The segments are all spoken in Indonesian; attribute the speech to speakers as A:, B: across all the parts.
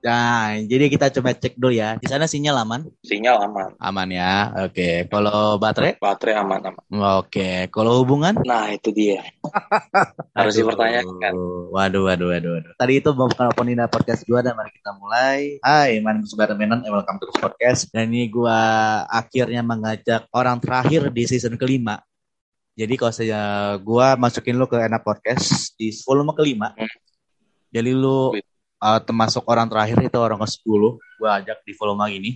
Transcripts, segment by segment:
A: Nah, jadi kita coba cek dulu ya. Di sana sinyal aman?
B: Sinyal aman.
A: Aman ya. Oke. Kalau baterai?
B: Baterai aman.
A: Oke. Kalau hubungan?
B: Nah, itu dia. Harus
A: Aduh.
B: dipertanyakan.
A: Waduh. Tadi itu bukan opening podcast gue dan mari kita mulai. Hai, my name is Barmenan and welcome to this podcast. Dan ini gue akhirnya mengajak orang terakhir di season kelima. Jadi kalau saya gue masukin lu ke enak podcast di volume kelima. Jadi lu termasuk orang terakhir itu orang ke-10 gue ajak di volume ini.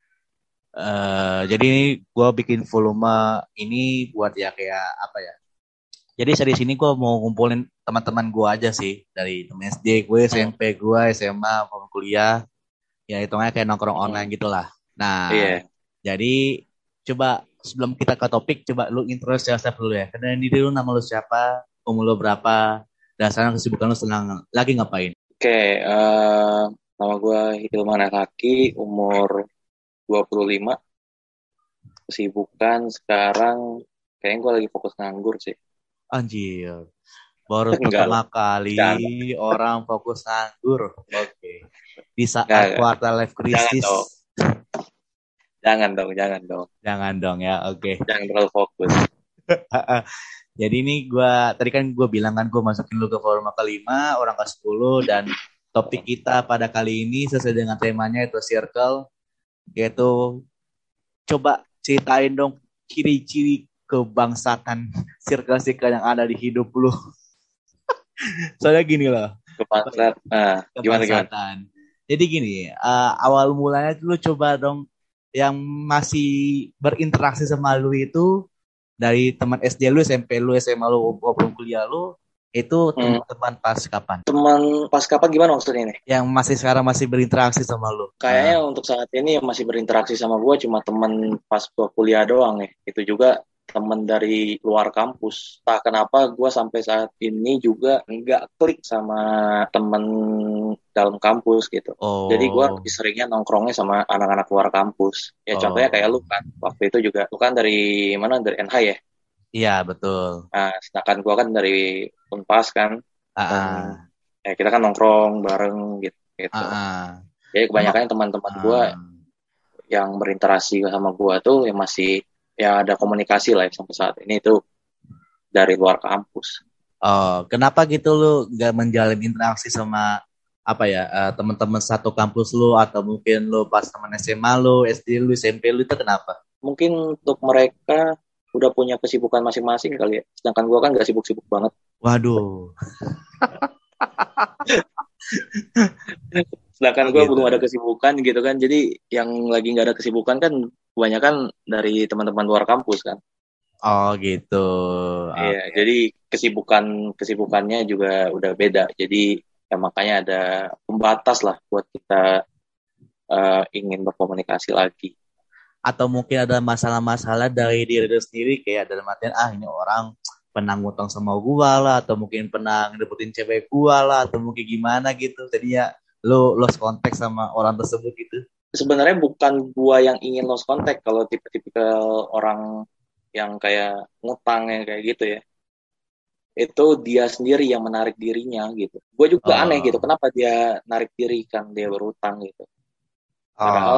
A: Jadi gue bikin volume ini buat ya kayak apa ya. Jadi dari sini gue mau ngumpulin teman-teman gue aja sih. Dari temen SD gue, SMP gue, SMA, kuliah. Ya hitungnya kayak nongkrong online gitu lah. Nah, jadi coba sebelum kita ke topik, coba lu intro yourself dulu ya. Kenalin diri lu, nama lu siapa, umur lu berapa, dan sekarang kesibukan lu sedang lagi ngapain?
B: Oke, nama gue Hilman Haki, umur 25. Kesibukan sekarang, kayaknya gue lagi fokus nganggur sih.
A: Anjir, baru pertama kali orang fokus nganggur. Oke. Di saat quarter life crisis.
B: Jangan dong.
A: Jangan dong ya, oke.
B: Jangan terlalu fokus.
A: Jadi ini tadi kan gue bilang kan gue masukin lu ke volume kelima, orang ke-10, dan topik kita pada kali ini sesuai dengan temanya itu circle, yaitu coba ceritain dong ciri-ciri kebangsaan circle yang ada di hidup lu. Soalnya gini loh.
B: Gimana?
A: Jadi gini, awal mulanya lu coba dong yang masih berinteraksi sama lu itu dari teman SD lu, SMP lu, SMA lu, maupun kuliah lu, itu teman pas kapan?
B: Teman pas kapan gimana maksudnya ini?
A: Yang masih sekarang masih berinteraksi sama lu?
B: Kayaknya untuk saat ini yang masih berinteraksi sama gue cuma teman pas gue kuliah doang ya. Itu juga teman dari luar kampus. Tak kenapa gue sampai saat ini juga nggak klik sama teman dalam kampus gitu. Jadi gue lebih seringnya nongkrongnya sama anak-anak luar kampus. Ya contohnya kayak lu kan. Waktu itu juga lu kan dari mana? Dari NH ya?
A: Iya betul.
B: Nah sedangkan gue kan dari Unpas kan. Ya kita kan nongkrong bareng gitu. Jadi kebanyakan teman-teman gue yang berinteraksi sama gue tuh yang masih ya ada komunikasi lah sampai saat ini itu dari luar kampus.
A: Kenapa gitu lu gak menjalin interaksi sama teman-teman satu kampus lu, atau mungkin lu pas teman SMA lu, SD lu, SMP lu, itu kenapa?
B: Mungkin untuk mereka udah punya kesibukan masing-masing kali ya. Sedangkan gue kan gak sibuk-sibuk banget.
A: Waduh.
B: Sedangkan gue belum ada kesibukan gitu kan. Jadi yang lagi gak ada kesibukan kan kebanyakan dari teman-teman luar kampus kan.
A: Oh gitu.
B: Iya, jadi kesibukannya juga udah beda. Jadi ya makanya ada pembatas lah buat kita ingin berkomunikasi lagi.
A: Atau mungkin ada masalah-masalah dari diri sendiri, kayak dalam artian ini orang pernah ngutang sama gua lah, atau mungkin pernah ngedebutin cewek gua lah, atau mungkin gimana gitu. Jadi ya lo lost contact sama orang tersebut gitu.
B: Sebenarnya bukan gua yang ingin lost contact kalau tipe-tipikal orang yang kayak ngutang yang kayak gitu ya. Itu dia sendiri yang menarik dirinya gitu. Gue juga aneh gitu, kenapa dia narik diri kan dia berutang gitu. Padahal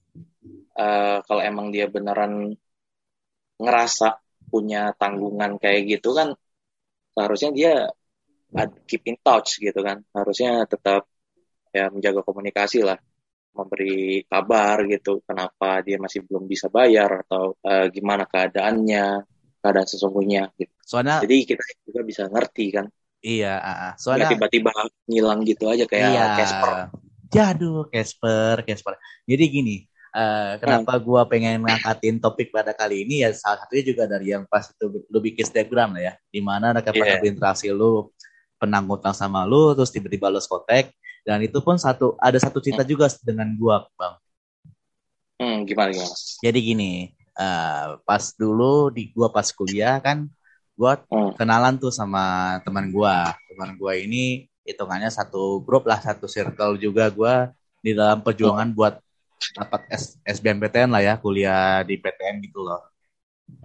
B: kalau emang dia beneran ngerasa punya tanggungan kayak gitu kan, seharusnya dia keep in touch gitu kan. Harusnya tetap ya menjaga komunikasi lah, memberi kabar gitu, kenapa dia masih belum bisa bayar atau gimana keadaan sesungguhnya gitu.
A: Soalnya
B: jadi kita juga bisa ngerti kan.
A: Iya, soalnya
B: tiba-tiba ngilang gitu aja kayak Casper.
A: Jaduh, Casper. Jadi gini, kenapa gue pengen ngangkatin topik pada kali ini ya, salah satunya juga dari yang pas itu lu bikin Instagram lah ya, dimana ada pernah berinteraksi lu, pernah ngutang sama lu, terus tiba-tiba lu kontak, dan itu pun ada satu cerita juga dengan gue, Bang.
B: Gimana?
A: Jadi gini, pas dulu gue pas kuliah kan, gue kenalan tuh sama teman gue ini hitungannya satu grup lah, satu circle juga gue di dalam perjuangan buat dapat SBMPTN lah ya, kuliah di PTN gitu loh.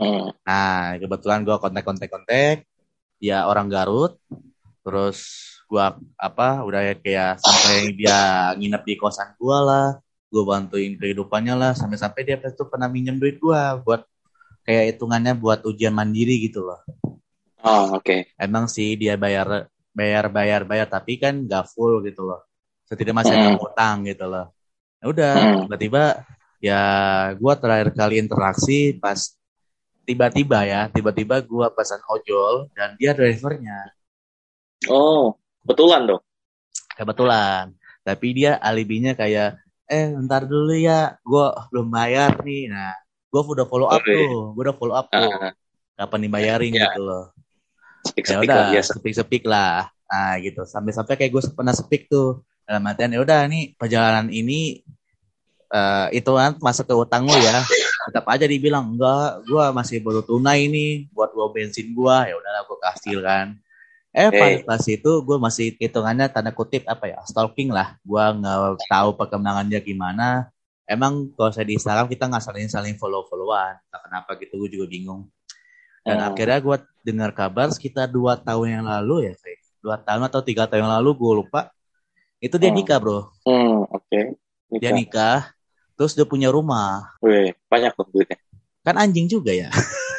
A: Nah kebetulan gue kontak ya orang Garut, terus gua udah kayak sampai dia nginep di kosan gua lah, gua bantuin kehidupannya lah, sampai-sampai dia tuh pernah minjem duit gua buat kayak hitungannya buat ujian mandiri gitu loh.
B: Oh, oke.
A: Emang sih dia bayar tapi kan nggak full gitu loh. Setidaknya masih ada
B: Mm-mm.
A: ngutang gitu loh. Ya udah,
B: Mm-mm.
A: tiba-tiba ya gua terakhir kali interaksi pas tiba-tiba gua pesan ojol dan dia drivernya.
B: Oh, betulan dong.
A: Kebetulan. Tapi dia alibinya kayak, ntar dulu ya, gue belum bayar nih. Nah, gue udah follow
B: Oh,
A: up
B: iya.
A: tuh, gue udah follow up tuh.
B: Ah,
A: Kapan dibayarin
B: ya,
A: gitu loh. Ya
B: sepik-sepik lah
A: udah,
B: biasa.
A: sepik-sepik lah. Nah gitu, sampai-sampai kayak gue pernah sepik tuh. Dalam artian ya udah nih perjalanan ini itu kan masuk ke utang lo ya. Tetap aja dibilang enggak, gue masih baru tunai nih buat gue bensin gue. Ya udahlah gue kasih kan.
B: Eh,
A: Pas itu gue masih hitungannya tanda kutip stalking lah. Gue nggak tahu perkembangannya gimana. Emang kalau saya di Instagram kita nggak saling follow-followan. Nah, kenapa gitu gue juga bingung. Dan
B: hmm,
A: akhirnya gue dengar kabar sekitar 2 tahun yang lalu ya, kayak 2 tahun atau 3 tahun yang lalu gue lupa. Itu dia
B: hmm,
A: nikah bro.
B: oke.
A: Dia
B: Nikah.
A: nikah, terus dia punya rumah.
B: Wih, banyak tuh duitnya.
A: Kan anjing juga ya.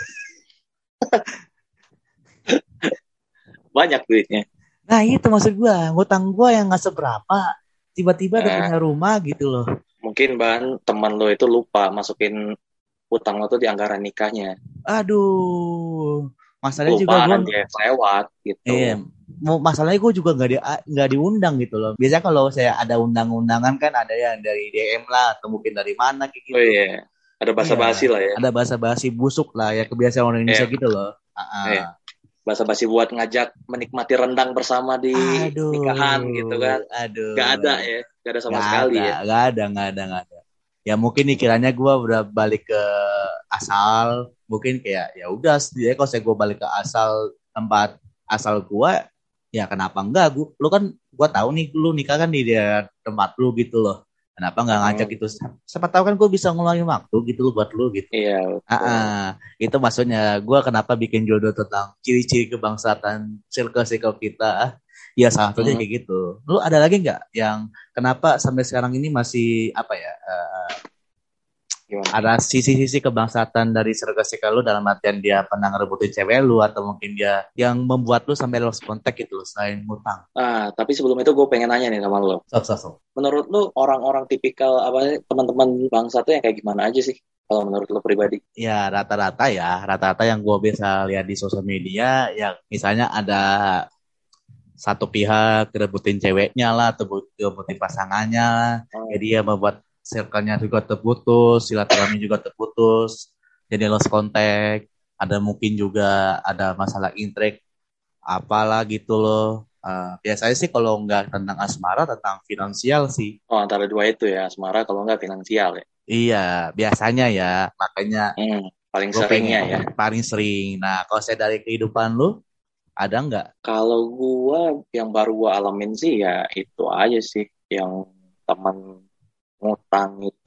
B: Banyak duitnya.
A: Nah itu maksud gue, ngutang gue yang nggak seberapa. Tiba-tiba dia
B: Nah,
A: punya rumah gitu loh.
B: mungkin teman lo itu lupa masukin utang lo tuh di anggaran nikahnya.
A: Aduh, masalahnya juga gue
B: Kelupaan dia lewat gitu.
A: iya, masalahnya gue juga nggak diundang gitu loh. Biasanya kalau saya ada undang-undangan kan ada yang dari DM lah atau mungkin dari mana kayak
B: Oh
A: gitu.
B: iya, ada
A: Iya,
B: basa-basi lah ya.
A: ada bahasa-bahasi busuk lah ya kebiasaan orang Indonesia
B: Iya,
A: gitu loh.
B: iya. Basa-basi buat ngajak menikmati rendang bersama di nikahan gitu kan.
A: Aduh,
B: Gak ada
A: aduh,
B: ya, gak ada sama
A: nggak
B: sekali
A: ada,
B: ya.
A: nggak ada. Ya mungkin dikiranya gue udah balik ke asal, mungkin kayak ya udah, dia kalau saya gue balik ke asal tempat asal gue, ya kenapa enggak? Lu kan gue tahu nih lu nikah kan di daerah tempat lu gitu loh. Kenapa nggak ngajak
B: Mm-mm.
A: itu? Siapa tahu kan gue bisa ngeluangin waktu gitu loh buat lu gitu.
B: Iya, betul.
A: Itu maksudnya gue kenapa bikin jodoh tentang ciri-ciri kebangsaan circle-circle kita. Ya salah satunya
B: Mm.
A: kayak gitu. Lu ada lagi nggak yang kenapa sampai sekarang ini masih
B: Gimana?
A: ada sisi-sisi kebangsaan dari circle-circle lu dalam artian dia pernah ngerebutin cewek lu atau mungkin dia yang membuat lu sampai lost contact gitu loh selain ngutang.
B: Tapi sebelum itu gue pengen nanya nih sama lo.
A: Sok, sok, sok.
B: Menurut lo orang-orang tipikal apa sih, teman-teman bangsa tuh yang kayak gimana aja sih? Kalau menurut lo pribadi?
A: Rata-rata yang gue bisa lihat di sosial media ya misalnya ada satu pihak rebutin ceweknya lah atau rebutin pasangannya lah.
B: Oh,
A: Jadi ya membuat circle-nya juga terputus, silaturahmi juga terputus, jadi lost contact. Ada mungkin juga ada masalah intrik apalah gitu loh. Biasanya sih kalau nggak tentang asmara, tentang finansial sih.
B: antara dua itu ya, asmara kalau nggak finansial ya.
A: Iya, biasanya ya. Makanya
B: Paling
A: gue pengen
B: seringnya ya.
A: paling sering. Nah, kalau saya dari kehidupan lu, ada nggak?
B: Kalau gua yang baru gua alamin sih ya itu aja sih yang teman ngutang itu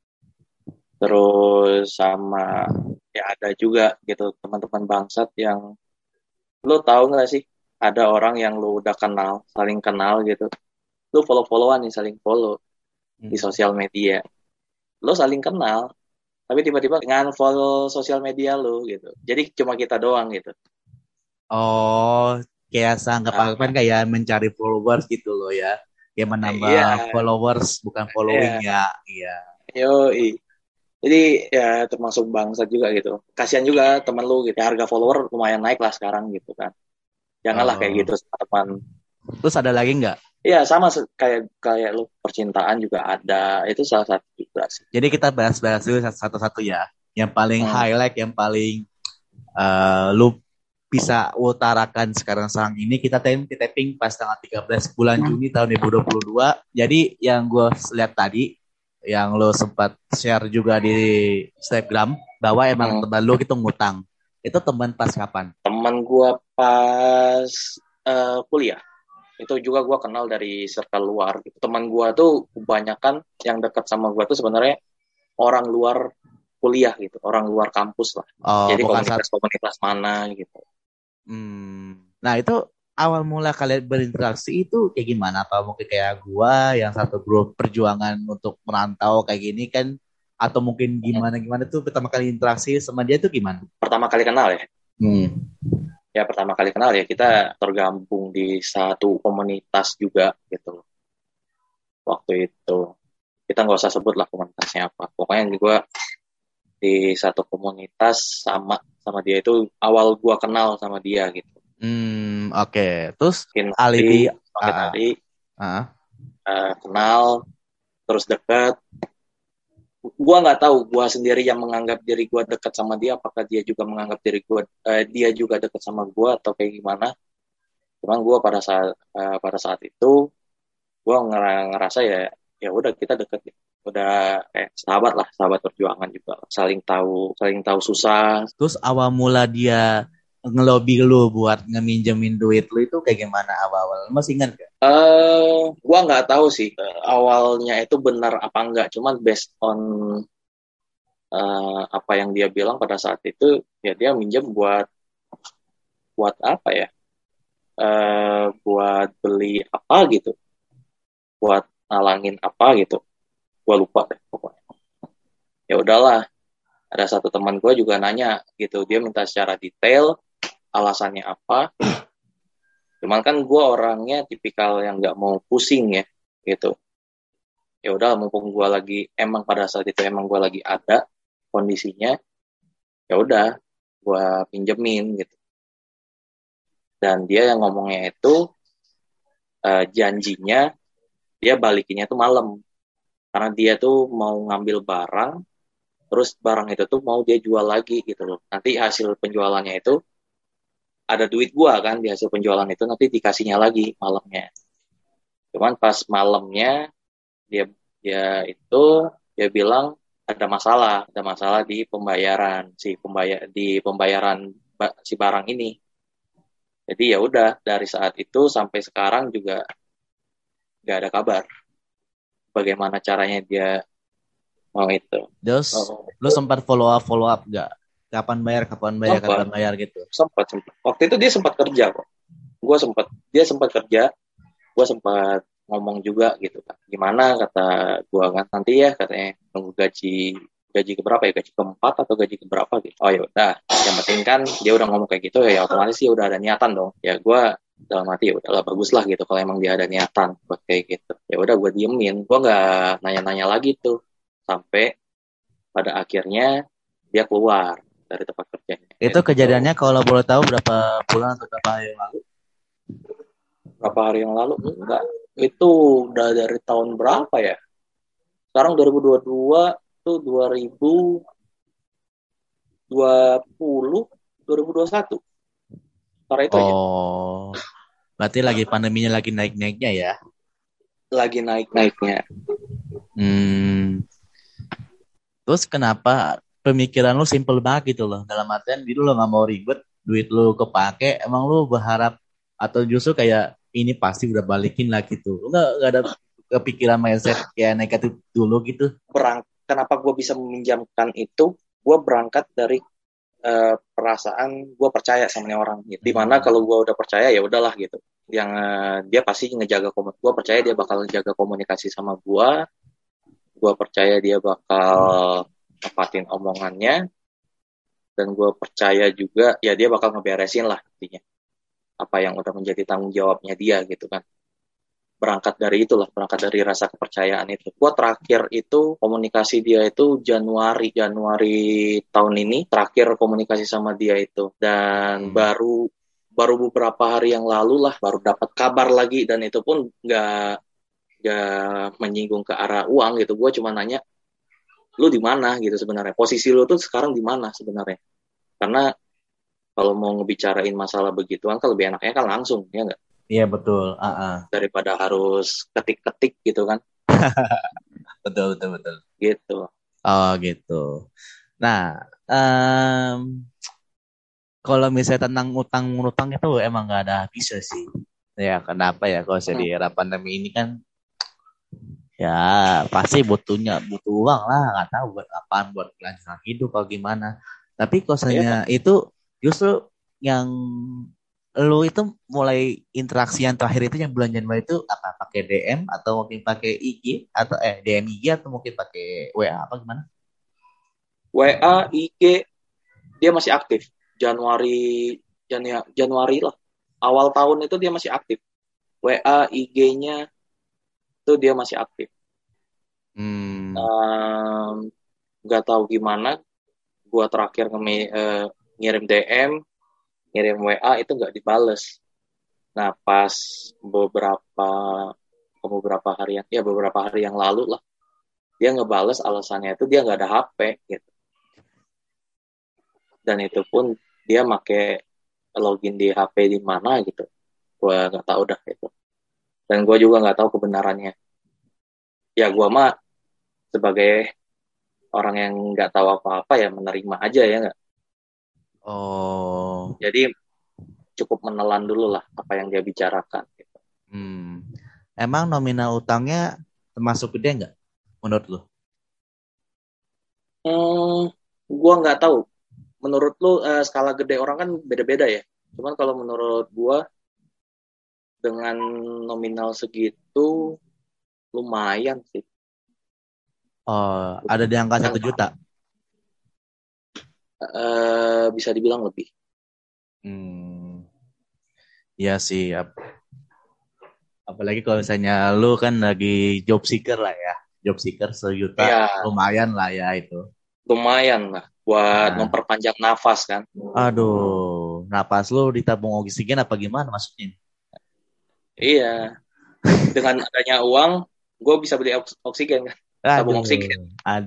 B: terus sama ya ada juga gitu teman-teman bangsat yang lo tahu nggak sih ada orang yang lo udah kenal saling kenal gitu lo follow-followan nih saling follow di
A: Hmm.
B: sosial media lo saling kenal tapi tiba-tiba dengan follow sosial media lo gitu jadi cuma kita doang gitu.
A: Oh, kayak seanggap apa kan
B: Ah,
A: kayak mencari followers gitu loh ya. Kayak menambah
B: iya,
A: followers bukan following
B: iya,
A: ya. Iya.
B: yo. Jadi ya termasuk bangsat juga gitu. Kasihan juga temen lu gitu. Harga follower lumayan naik lah sekarang gitu kan. Janganlah kayak gitu
A: Oh.
B: sama teman.
A: Terus ada lagi nggak?
B: Iya sama kayak kayak lu percintaan juga ada. Itu salah satu juga sih.
A: Jadi kita bahas-bahas dulu satu-satu ya. Yang paling
B: Hmm.
A: highlight, yang paling lu bisa utarakan sekarang ini kita tapping pas tanggal 13 bulan Juni tahun 2022. Jadi yang gue lihat tadi yang lo sempat share juga di Instagram bahwa emang
B: Hmm.
A: teman lo itu ngutang. Itu teman pas kapan?
B: Temen gua pas kuliah. Itu juga gua kenal dari circle luar. Gitu. Teman gua tuh kebanyakan yang dekat sama gua tuh sebenarnya orang luar kuliah gitu. Orang luar kampus lah.
A: Oh,
B: Jadi
A: bukan saat.
B: komunitas-komunitas mana gitu.
A: Nah itu awal mula kalian berinteraksi itu kayak gimana? Apa mungkin kayak gua yang satu grup perjuangan untuk merantau kayak gini kan? Atau mungkin gimana tuh pertama kali interaksi sama dia tuh gimana?
B: Pertama kali kenal ya.
A: Hmm.
B: Ya pertama kali kenal ya kita tergabung di satu komunitas juga gitu waktu itu. Kita nggak usah sebut lah komunitasnya apa. Pokoknya gue di satu komunitas sama sama dia itu awal gue kenal sama dia gitu.
A: Oke. Terus
B: Makin hari,
A: alibi
B: makin hari kenal terus dekat. Gue nggak tahu gue sendiri yang menganggap diri gue dekat sama dia, apakah dia juga menganggap diri gue dia juga dekat sama gue atau kayak gimana. Cuman gue pada saat itu gue ngerasa ya ya udah kita deket ya. Udah kayak sahabat lah, sahabat perjuangan juga lah. Saling tahu susah.
A: Terus awal mula dia ngelobi lu buat ngeminjemin duit lu itu kayak gimana awal-awal? Masih ingat gak?
B: Gua nggak tahu sih awalnya itu benar apa enggak. Cuman based on apa yang dia bilang pada saat itu, ya dia minjem buat apa ya? Buat beli apa gitu, buat nalangin apa gitu. Gua lupa deh pokoknya. Ya udahlah. Ada satu teman gue juga nanya gitu, dia minta secara detail alasannya apa. Cuman kan gue orangnya tipikal yang nggak mau pusing ya gitu. Ya udah mumpung gue lagi emang pada saat itu emang gue lagi ada kondisinya, ya udah gue pinjemin gitu. Dan dia yang ngomongnya itu janjinya dia balikinnya tuh malam karena dia tuh mau ngambil barang, terus barang itu tuh mau dia jual lagi gitu loh. Nanti hasil penjualannya itu ada duit gua kan di hasil penjualan itu nanti dikasihnya lagi malamnya. Cuman pas malamnya dia dia bilang ada masalah di pembayaran si barang ini. Jadi ya udah dari saat itu sampai sekarang juga nggak ada kabar bagaimana caranya dia mau itu.
A: Terus lu sempat follow up gak? Kapan bayar gitu?
B: Sempat. Waktu itu dia sempat kerja kok. Dia sempat kerja, gue sempat ngomong juga gitu kan, gimana kata gue kan nanti ya katanya nunggu gaji keberapa ya, gaji keempat atau gaji keberapa gitu. Oh ya udah, yang penting kan dia udah ngomong kayak gitu ya otomatis sih udah ada niatan dong. Ya gue dalam hati ya udahlah bagus lah gitu kalau emang dia ada niatan buat kayak gitu. Ya udah gue diemin, gue nggak nanya-nanya lagi tuh sampai pada akhirnya dia keluar dari tempat kerjanya.
A: Itu kejadiannya kalau boleh tahu berapa bulan atau berapa hari yang lalu?
B: Berapa hari yang lalu? Enggak. Itu udah dari tahun berapa ya? Sekarang 2022 tuh 2020, 2021. Karena itu aja.
A: Berarti lagi pandeminya lagi naik-naiknya ya?
B: Lagi naik-naiknya.
A: Terus kenapa pemikiran lu simple banget gitu loh? Dalam artian dulu lo gak mau ribet, duit lu kepake, emang lu berharap atau justru kayak ini pasti udah balikin lah gitu. Lu gak ada kepikiran mindset kayak negatif dulu gitu?
B: Kenapa gue bisa meminjamkan itu? Gue berangkat dari perasaan gue percaya sama nih orang gitu. Dimana kalau gue udah percaya ya udahlah gitu. Yang dia pasti ngejaga gue percaya dia bakal ngejaga komunikasi sama gue. Gue percaya dia bakal nepatin omongannya. Dan gue percaya juga ya dia bakal ngeberesin lah intinya. Apa yang udah menjadi tanggung jawabnya dia gitu kan. Berangkat dari rasa kepercayaan itu. Gue terakhir itu komunikasi dia itu Januari tahun ini terakhir komunikasi sama dia itu, dan baru beberapa hari yang lalu lah baru dapat kabar lagi, dan itu pun nggak menyinggung ke arah uang gitu. Gue cuma nanya lu di mana gitu sebenarnya, posisi lu tuh sekarang di mana sebenarnya, karena kalau mau ngebicarain masalah begituan kan lebih enaknya kan langsung ya nggak.
A: Iya betul.
B: Daripada harus ketik-ketik gitu kan.
A: betul.
B: Gitu.
A: Oh gitu. Nah, kalau misalnya tentang utang itu emang gak ada habisnya sih. Ya kenapa ya kalau di era pandemi ini kan ya pasti butuh uang lah, nggak tahu buat apaan, buat kelancaran hidup atau gimana. Tapi kosnya itu justru yang lu itu mulai interaksi yang terakhir itu yang bulan Januari itu apa? Pakai DM atau mungkin pakai IG atau DM IG atau mungkin pakai WA apa gimana?
B: WA, IG, dia masih aktif. Januari lah. Awal tahun itu dia masih aktif. WA, IG-nya itu dia masih aktif.
A: Hmm.
B: Um, Nggak tahu gimana, gua terakhir ngirim DM, ngirim WA itu nggak dibales. Nah, pas beberapa beberapa hari yang lalu lah, dia ngebales alasannya itu dia nggak ada HP gitu. Dan itu pun dia make login di HP di mana gitu. Gue nggak tahu dah itu. Dan gue juga nggak tahu kebenarannya. Ya gue mah sebagai orang yang nggak tahu apa-apa ya menerima aja ya nggak.
A: Oh.
B: Jadi cukup menelan dulu lah apa yang dia bicarakan. Gitu.
A: Hmm. Emang nominal utangnya termasuk gede nggak menurut lu?
B: Gue nggak tahu. Menurut lu skala gede orang kan beda-beda ya. Cuman kalau menurut gue dengan nominal segitu lumayan sih.
A: Oh, ada di angka 1 juta.
B: Bisa dibilang lebih.
A: Hmm. Iya sih. Apalagi kalau misalnya lu kan lagi job seeker lah ya. Job seeker 1 juta
B: Ya,
A: lumayan lah ya itu.
B: lumayan lah buat
A: Nah,
B: memperpanjang nafas kan.
A: aduh, napas lu ditabung oksigen apa gimana maksudnya?
B: Iya, dengan adanya uang, gue bisa beli oksigen kan, tabung
A: Aduh,
B: oksigen.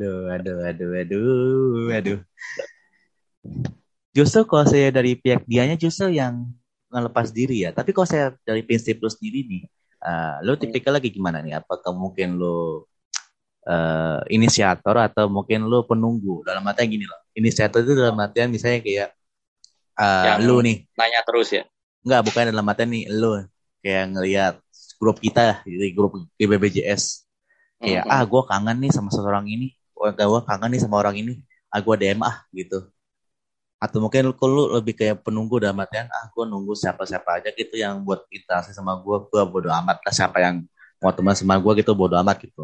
A: aduh. Justru kalau saya dari pihak dianya justru yang ngelepas diri ya. Tapi kalau saya dari prinsip lu sendiri nih, lu
B: Hmm.
A: tipikal lagi gimana nih? Apakah mungkin lu inisiator atau mungkin lu penunggu? Dalam artian gini loh. Inisiator itu dalam artian misalnya kayak
B: Yang
A: lu nih,
B: nanya terus ya.
A: nggak bukan dalam artian nih lu kayak ngelihat grup kita di grup GBBJS kayak
B: Mhm.
A: gue kangen nih sama seseorang ini, gue kangen nih sama orang ini, gue DM gitu. Atau mungkin lu lebih kayak penunggu dalam artian gue nunggu siapa-siapa aja gitu yang buat interaksi sama gue bodo amat lah siapa yang mau teman sama gue gitu bodo amat gitu.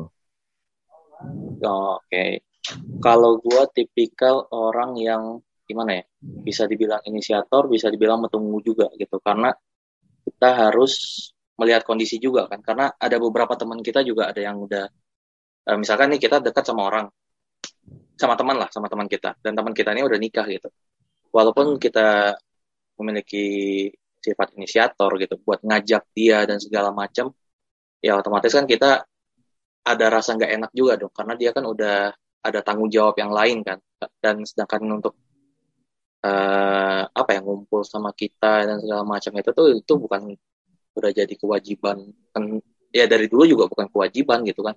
B: Oke. Kalau gue tipikal orang yang gimana ya? Bisa dibilang inisiator, bisa dibilang menunggu juga gitu. Karena kita harus melihat kondisi juga kan. Karena ada beberapa teman kita juga ada yang udah, misalkan nih kita dekat sama orang, sama teman lah, sama teman kita. Dan teman kita ini udah nikah gitu. Walaupun
A: Hmm.
B: kita memiliki sifat inisiator gitu buat ngajak dia dan segala macam ya otomatis kan kita ada rasa nggak enak juga dong karena dia kan udah ada tanggung jawab yang lain kan dan sedangkan untuk apa ya ngumpul sama kita dan segala macam itu bukan udah jadi kewajiban kan ya dari dulu juga bukan kewajiban gitu kan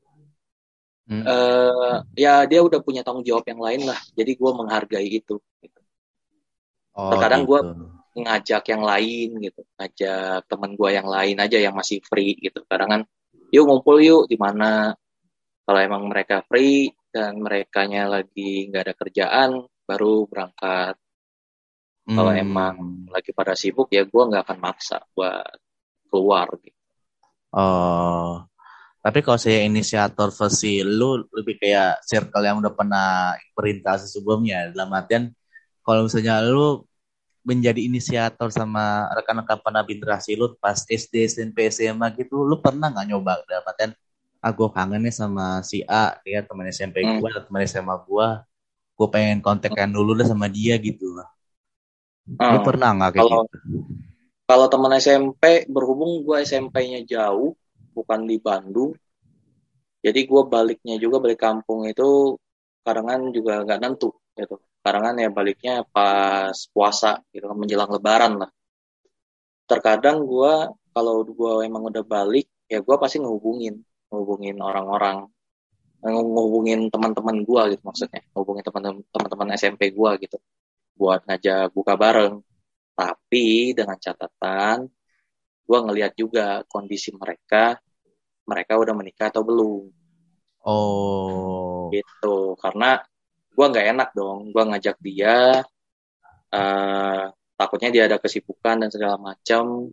B: ya dia udah punya tanggung jawab yang lain lah jadi gue menghargai itu gitu.
A: Oh
B: Terkadang gue
A: gitu.
B: ngajak yang lain gitu, ngajak teman gue yang lain aja yang masih free gitu. Kadang kan, yuk ngumpul yuk di mana. Kalau emang mereka free dan merekanya lagi nggak ada kerjaan, baru berangkat. Kalau emang
A: Hmm.
B: lagi pada sibuk ya gue nggak akan maksa buat keluar gitu.
A: Oh, tapi kalau saya inisiator versi lu lebih kayak circle yang udah pernah berinteraksi sebelumnya. Dalam artian kalau misalnya lu menjadi inisiator sama rekan-rekan pernah berinteraksi lu pas SD, SMP, SMA gitu, lu pernah nggak nyoba dalam artian gue kangen nih sama si A, dia teman SMP
B: Hmm.
A: gue atau teman SMA gue pengen kontekan dulu deh sama dia gitu. Lu
B: Hmm.
A: pernah nggak kayak
B: Kalau
A: gitu?
B: kalau teman SMP berhubung gue SMP-nya jauh, bukan di Bandung, jadi gue baliknya juga balik kampung itu kadang juga nggak nentu gitu. Kadang ya baliknya pas puasa gitu menjelang Lebaran lah. Terkadang gue kalau gue emang udah balik ya gue pasti ngehubungin orang-orang ngehubungin teman-teman gue gitu maksudnya ngehubungin teman-teman SMP gue gitu buat ngajak buka bareng tapi dengan catatan gue ngelihat juga kondisi mereka udah menikah atau belum
A: Oh,
B: gitu karena gue nggak enak dong gue ngajak dia takutnya dia ada kesibukan dan segala macam.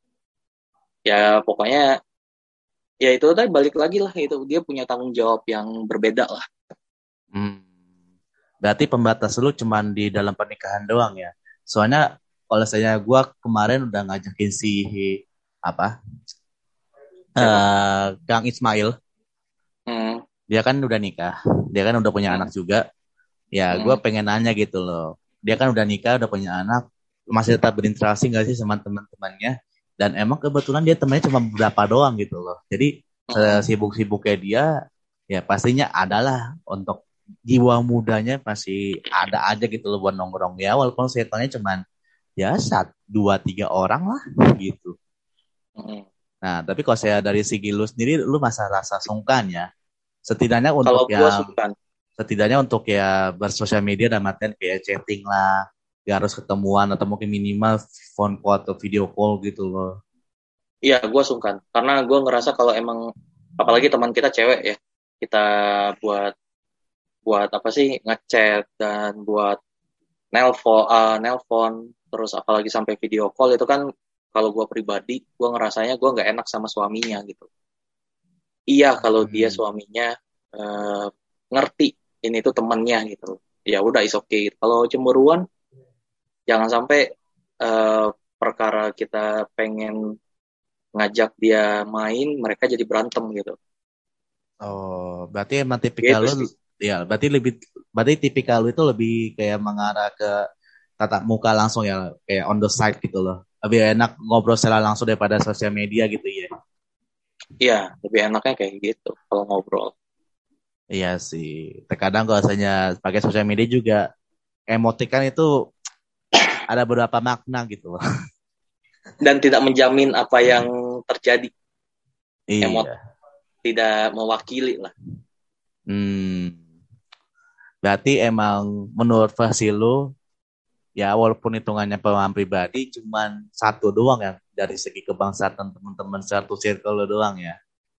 B: Ya pokoknya ya itu tadi balik lagi lah, itu dia punya tanggung jawab yang berbeda lah.
A: Hmm. Berarti pembatas lu cuman di dalam pernikahan doang ya. Soalnya kalau saya gue kemarin udah ngajakin si apa
B: Siapa?
A: Kang Ismail,
B: Hmm,
A: dia kan udah nikah, dia kan udah punya anak
B: hmm,
A: juga. Ya gue
B: hmm,
A: pengen nanya gitu loh. Dia kan udah nikah, udah punya anak, masih tetap berinteraksi nggak sih sama teman-temannya? Dan emang kebetulan dia temennya cuma beberapa doang gitu loh. Jadi
B: hmm.
A: sesibuk-sibuknya dia, ya pastinya adalah untuk jiwa mudanya pasti ada aja gitu loh buat nongkrong ya. Walaupun circle-nya cuma ya satu, dua, tiga orang lah gitu.
B: Hmm.
A: Nah, tapi kalau saya dari segi lu sendiri, lu masa rasa sungkan ya. Setidaknya
B: Kalau
A: untuk
B: gue
A: yang
B: suka,
A: setidaknya untuk ya bersosial media dan artian kayak chatting lah, gak harus ketemuan atau mungkin minimal phone call atau video call gitu loh.
B: iya gue sungkan karena gue ngerasa kalau emang apalagi teman kita cewek ya, kita buat buat apa sih, ngechat dan buat nelpon terus apalagi sampai video call itu kan, kalau gue pribadi gue ngerasanya gue nggak enak sama suaminya gitu. Iya kalau dia
A: Hmm.
B: suaminya eh, ngerti ini tuh temannya gitu, ya udah is okay gitu. Kalau cemburuan jangan sampai eh, perkara kita pengen ngajak dia main mereka jadi berantem gitu.
A: Oh, berarti emang tipikal
B: Gitu
A: lu
B: sih.
A: ya, berarti tipikal lu itu lebih kayak mengarah ke tatap muka langsung ya, kayak on the side gitu loh. Lebih enak ngobrol secara langsung daripada sosial media gitu ya.
B: Iya, lebih enaknya kayak gitu kalau ngobrol.
A: Iya sih. Terkadang kalau misalnya pakai sosial media juga emotikan itu ada beberapa makna gitu loh.
B: Dan tidak menjamin apa yang terjadi. Emot
A: Iya.
B: tidak mewakili lah.
A: Hmm. Berarti emang menurut versi lu ya walaupun hitungannya pengalaman pribadi cuman satu doang ya dari segi kebangsaan teman-teman satu circle lu doang ya.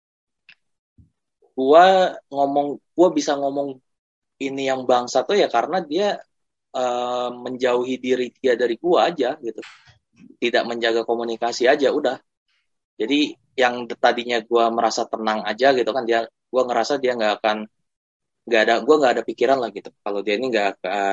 B: Gua bisa ngomong ini yang bangsa tuh ya karena dia menjauhi diri dia dari gua aja gitu. Tidak menjaga komunikasi aja udah. Jadi yang tadinya gua merasa tenang aja gitu kan, gua ngerasa dia gua nggak ada pikiran lah gitu. Kalau dia ini nggak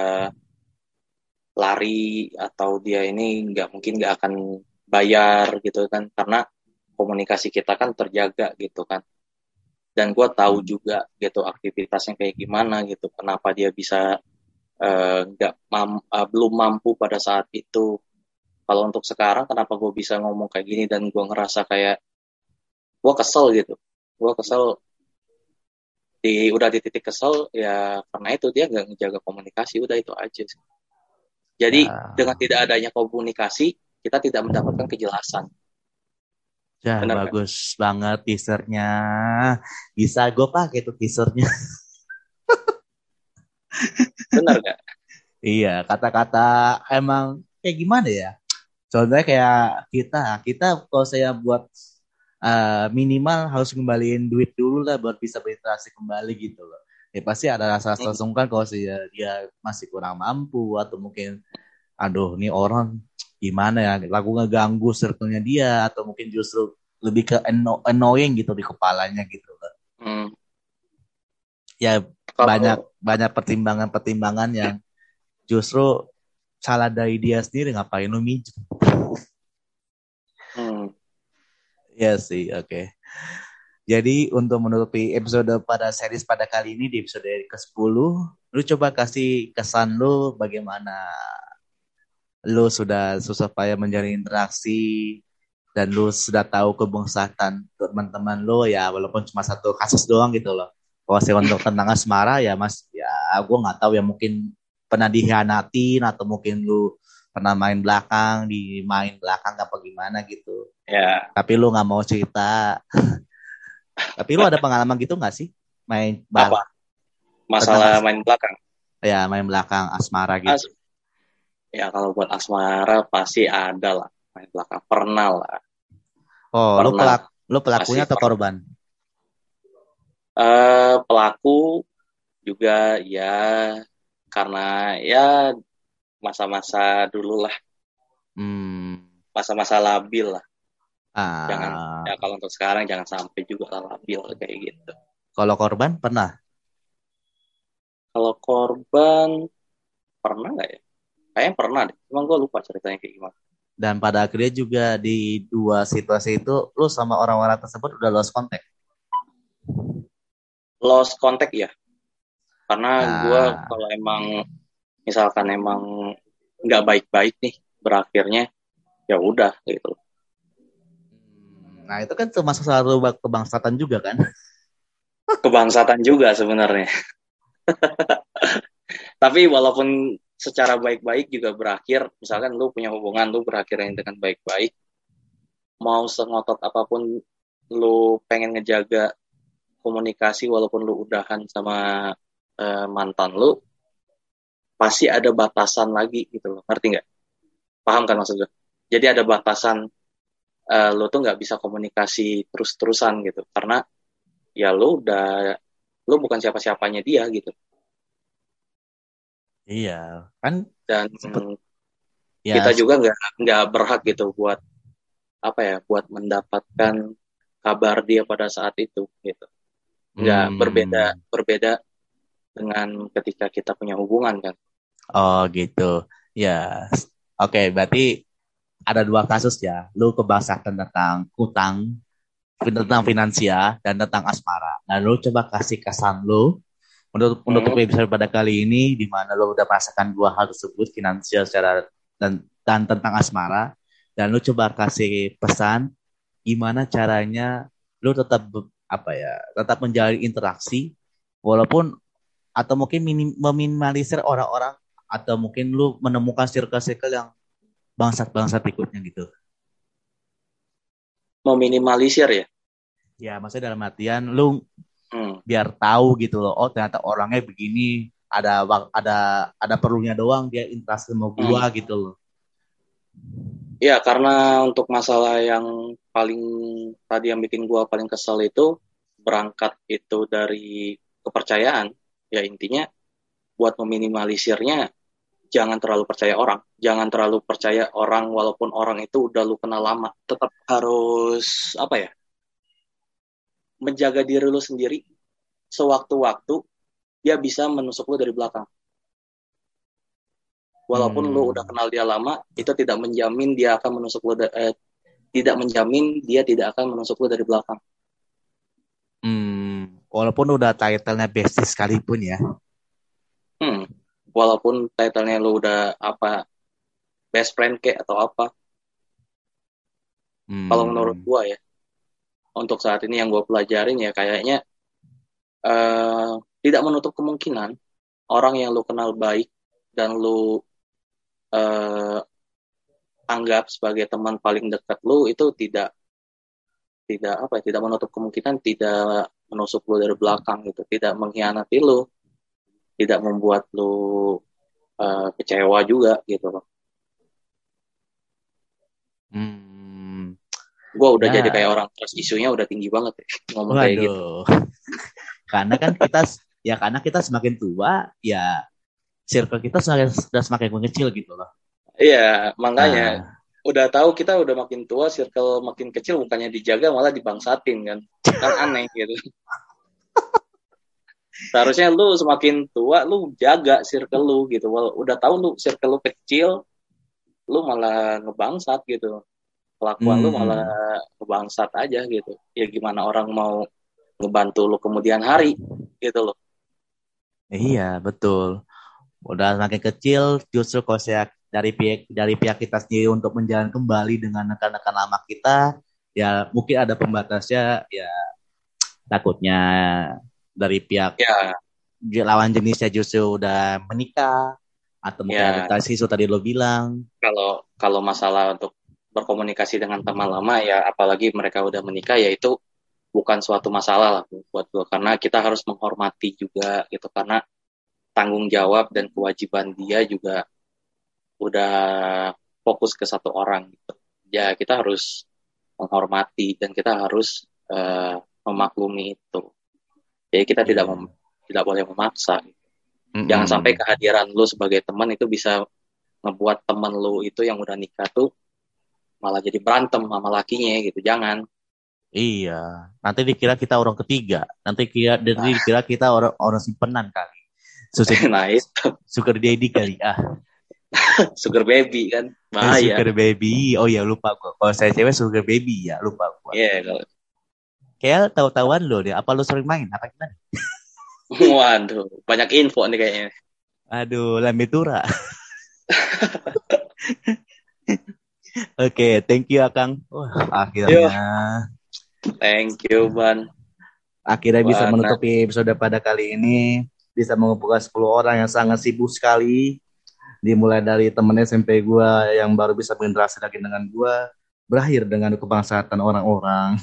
B: lari atau dia ini nggak akan bayar gitu kan, karena komunikasi kita kan terjaga gitu kan. Dan gue tahu
A: Hmm.
B: juga gitu aktivitasnya kayak gimana gitu, kenapa dia bisa nggak belum mampu pada saat itu. Kalau untuk sekarang kenapa gue bisa ngomong kayak gini dan gue ngerasa kayak gue kesel gitu, gue kesel udah di titik kesel ya, karena itu dia nggak ngejaga komunikasi, udah itu aja sih. Jadi
A: Ya,
B: dengan tidak adanya komunikasi kita tidak mendapatkan kejelasan.
A: ya
B: Benar kan?
A: bagus banget teasernya. Bisa gue pakai tuh teasernya.
B: Benar kan?
A: Iya, kata-kata emang kayak gimana ya? Contohnya kayak kita, kita kalau saya buat minimal harus kembaliin duit dulu lah buat bisa berinteraksi kembali gitu loh. Ya pasti ada rasa
B: Hmm.
A: sungkan kalau dia masih kurang mampu atau mungkin aduh ini orang gimana ya lagu ngeganggu circle-nya dia atau mungkin justru lebih ke annoying gitu di kepalanya gitu loh.
B: Hmm.
A: Ya banyak
B: Kalau
A: banyak pertimbangan-pertimbangan yang justru salah dari dia sendiri ngapain lu minjem.
B: hmm,
A: Ya sih, oke. Jadi untuk menutupi episode pada series pada kali ini di episode ke-10, lu coba kasih kesan lu bagaimana lu sudah susah payah menjalin interaksi dan lu sudah tahu kebangsaan teman-teman lu ya walaupun cuma satu kasus doang gitu loh. Kalau saya untuk tentang asmara ya mas ya gue nggak tahu ya mungkin pernah dihianatin atau mungkin lu pernah main belakang apa gimana gitu.
B: ya
A: Tapi lu nggak mau cerita. Tapi lu ada pengalaman gitu nggak sih main
B: apa
A: tentang
B: masalah main belakang?
A: ya main belakang asmara gitu?
B: As Ya kalau buat asmara pasti ada lah, main belakang pernah lah,
A: Oh,
B: pernah
A: lu
B: pasti
A: pelakunya atau
B: pernah.
A: korban?
B: Pelaku juga ya, karena ya masa-masa dulu lah,
A: Hmm.
B: Masa-masa labil lah. Jangan,
A: Ah,
B: ya kalau untuk sekarang jangan sampai juga lah labil kayak gitu.
A: kalau korban pernah.
B: Kalau korban pernah nggak ya? Kayaknya pernah deh. Emang gue lupa ceritanya kayak gimana.
A: Dan pada akhirnya juga di dua situasi itu, lu sama orang-orang tersebut udah lost contact.
B: Lost contact ya. Karena gue
A: Nah,
B: kalau emang misalkan emang nggak baik-baik nih berakhirnya, ya udah gitu.
A: nah itu kan termasuk satu kebangsaan juga kan.
B: Kebangsaan juga sebenarnya. Tapi walaupun secara baik-baik juga berakhir, misalkan lu punya hubungan lu berakhir dengan baik-baik, mau sengotot apapun lu pengen ngejaga komunikasi walaupun lu udahan sama mantan lu, pasti ada batasan lagi gitu loh. Ngerti nggak? Paham kan maksud gue? Jadi ada batasan, lu tuh nggak bisa komunikasi terus-terusan gitu. Karena ya lu bukan siapa-siapanya dia gitu.
A: Iya, kan
B: Dan
A: sempet ya.
B: kita juga nggak berhak gitu buat apa ya, buat mendapatkan kabar dia pada saat itu gitu. Nggak berbeda
A: Hmm,
B: berbeda dengan ketika kita punya hubungan kan.
A: oh gitu. Ya, oke, berarti ada dua kasus ya. Lu kebangsaan tentang utang, tentang finansial, dan tentang asmara. Nah, lu coba kasih kesan lu untuk
B: Hmm.
A: episode pada kali ini, di mana lu udah merasakan dua hal tersebut, finansial secara dan tentang asmara. Dan lu coba kasih pesan gimana caranya lu tetap apa ya, tetap menjalin interaksi walaupun atau mungkin meminimalisir orang-orang atau mungkin lu menemukan circle-circle yang bangsat-bangsat berikutnya gitu.
B: Meminimalisir ya.
A: Ya, maksudnya dalam artian lu
B: Hmm.
A: biar tahu gitu loh. Oh, ternyata orangnya begini, ada perlunya doang dia interaksi sama gua
B: Hmm.
A: gitu loh.
B: Ya, karena untuk masalah yang paling tadi yang bikin gua paling kesel itu berangkat itu dari kepercayaan. Ya intinya buat meminimalisirnya jangan terlalu percaya orang. Jangan terlalu percaya orang walaupun orang itu udah lu kenal lama. Tetap harus apa ya? Menjaga diri lu sendiri sewaktu-waktu dia bisa menusuk lu dari belakang. Walaupun lu udah
A: Hmm,
B: kenal dia lama, itu tidak menjamin dia akan menusuk lu tidak menjamin dia tidak akan menusuk lu dari belakang.
A: walaupun udah title-nya bestie sekalipun ya.
B: Hmm. Walaupun title-nya lu udah apa best friend kayak atau apa. Kalau menurut
A: Hmm,
B: gua ya, untuk saat ini yang gua pelajarin ya kayaknya eh, tidak menutup kemungkinan orang yang lu kenal baik dan lu eh, anggap sebagai teman paling dekat lu itu tidak apa ya, tidak menutup kemungkinan tidak menusuk lu dari belakang gitu, tidak mengkhianati lu, tidak membuat lu kecewa juga gitu loh.
A: hmm,
B: Gue udah jadi
A: ya,
B: kayak orang trust isunya udah tinggi banget ya, ngomong kayak gitu.
A: waduh. Karena kan kita ya karena kita semakin tua, ya circle kita semakin mengecil gitu loh.
B: Iya, makanya
A: Nah,
B: udah tahu kita udah makin tua, circle makin kecil bukannya dijaga malah dibangsatin kan. Kan aneh gitu. Seharusnya lu semakin tua lu jaga circle lu gitu. Walau udah tahu lu circle lu kecil, lu malah ngebangsat gitu. Kelakuan lu malah
A: hmm,
B: ngebangsat aja gitu. Ya gimana orang mau ngebantu lu kemudian hari gitu loh.
A: iya betul. Udah semakin kecil, justru kalau saya dari pihak kita sendiri untuk menjalin kembali dengan rekan-rekan lama kita, ya mungkin ada pembatasnya, ya takutnya dari pihak
B: Ya,
A: lawan jenisnya justru udah menikah, atau mungkin ada
B: ya
A: isu tadi lo bilang.
B: kalau kalau masalah untuk berkomunikasi dengan teman lama ya apalagi mereka udah menikah ya itu bukan suatu masalah lah buat gue karena kita harus menghormati juga gitu karena tanggung jawab dan kewajiban dia juga udah fokus ke satu orang gitu. Ya kita harus menghormati dan kita harus memaklumi itu. Jadi kita
A: Iya.
B: tidak boleh memaksa. Jangan sampai
A: Mm-mm.
B: kehadiran lu sebagai teman itu bisa ngebuat temen lu itu yang udah nikah tuh malah jadi berantem sama lakinya gitu. Jangan.
A: Iya, nanti dikira kita orang ketiga,
B: Nah,
A: dikira kita orang orang simpenan kali. Sugar,
B: nah itu
A: sugar daddy kali ah.
B: sugar baby kan bahaya.
A: Sugar baby. Oh ya lupa gua. Kalau saya cewek sugar baby ya lupa gua.
B: Iya kalau
A: Kayak tahu-tahuan lo deh. Apa lo sering main? Apa gimana?
B: waduh, banyak info nih kayaknya.
A: Aduh, lambe tura. Oke, thank you Akang. Wah,
B: Yo,
A: akhirnya
B: thank you
A: akhirnya bisa
B: Ban.
A: menutupi episode pada kali ini. Bisa mengumpulkan 10 orang yang sangat sibuk sekali. Dimulai dari temen SMP gua yang baru bisa berinteraksi lagi dengan gua. Berakhir dengan kebangsaan orang-orang.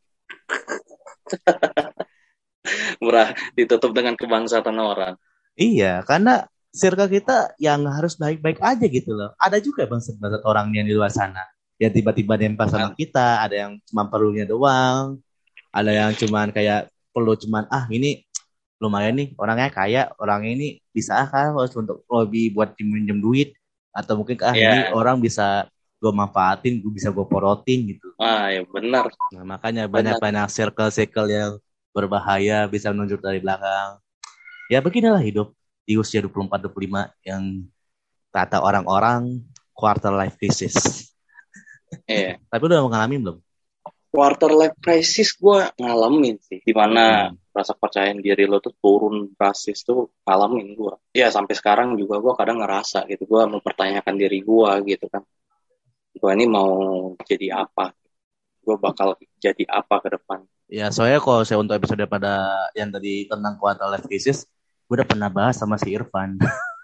B: Ditutup dengan kebangsaan orang.
A: Iya, karena circle kita yang harus baik-baik aja gitu loh. Ada juga bangsat-bangsat orang yang di luar sana. Yang tiba-tiba nempel sama
B: Kan?
A: kita. Ada yang cuma perlunya doang. Ada yang cuman kayak perlu cuman ini lumayan nih orangnya kaya, orangnya ini bisa kan harus untuk lebih buat pinjam duit atau mungkin ini
B: Ya,
A: orang bisa gue manfaatin, gue bisa gue porotin gitu.
B: ya benar,
A: Nah, makanya
B: benar.
A: banyak-banyak circle-circle yang berbahaya bisa menunjuk dari belakang. Ya beginilah hidup di usia 24-25 yang kata orang-orang quarter life crisis.
B: Iya.
A: Tapi udah mengalami belum?
B: Quarter life crisis gue ngalamin sih, dimana
A: Hmm.
B: rasa percaya diri lo tuh turun drastis tuh ngalamin gue. Ya sampai sekarang juga gue kadang ngerasa gitu, gue mempertanyakan diri gue gitu kan. Gue ini mau jadi apa? Gue bakal jadi apa ke depan?
A: Ya, soalnya kalau saya untuk episode pada yang tadi tentang quarter life crisis, gue udah pernah bahas sama si Irfan.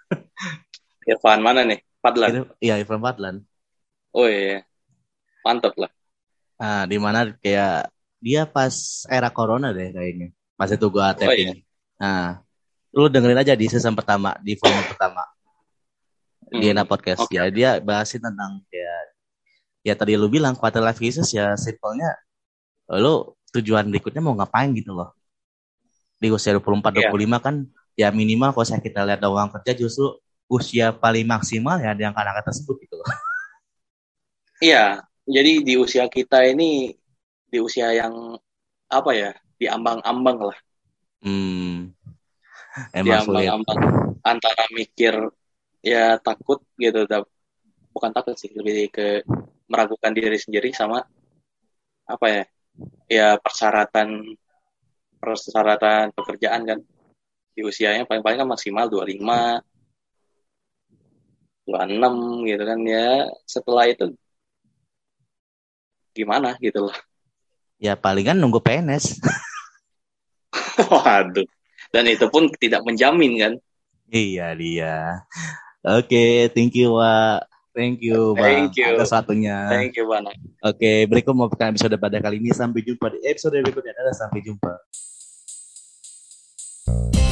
B: Irfan mana nih? Fadlan.
A: Iya, Irfan Fadlan.
B: Oh iya, mantep lah.
A: Nah, di mana kayak dia pas era corona deh kayaknya. Pas itu gue
B: Oh
A: tapping.
B: iya.
A: Nah, lu dengerin aja di season pertama, di volume pertama. Di
B: Hmm.
A: Ena Podcast.
B: Oke.
A: Ya, dia bahasin tentang kayak ya tadi lu bilang quarter life crisis ya simpelnya lu tujuan berikutnya mau ngapain gitu loh. Di usia 24
B: Iya.
A: 25 kan ya minimal kalau saya kita lihat doang kerja justru usia paling maksimal ya di angka-angka tersebut gitu loh.
B: Iya. Jadi di usia kita ini, di usia yang apa ya? Diambang-ambang lah.
A: Hmm, emang sulit.
B: Diambang-ambang antara mikir ya takut gitu, bukan takut sih, lebih ke meragukan diri sendiri sama apa ya? Ya persyaratan persyaratan pekerjaan kan di usianya paling-paling kan maksimal 25, 26 gitu kan ya. Setelah itu gimana gitu loh.
A: Ya palingan nunggu PNS.
B: Waduh. Dan itu pun tidak menjamin kan.
A: Iya dia. Oke, thank you, Wak. Thank you, Bang,
B: Thank you.
A: atas waktunya.
B: Thank you, Bana.
A: Oke, berikut mau bukan episode pada kali ini. Sampai jumpa di episode berikutnya. Dadah, sampai jumpa.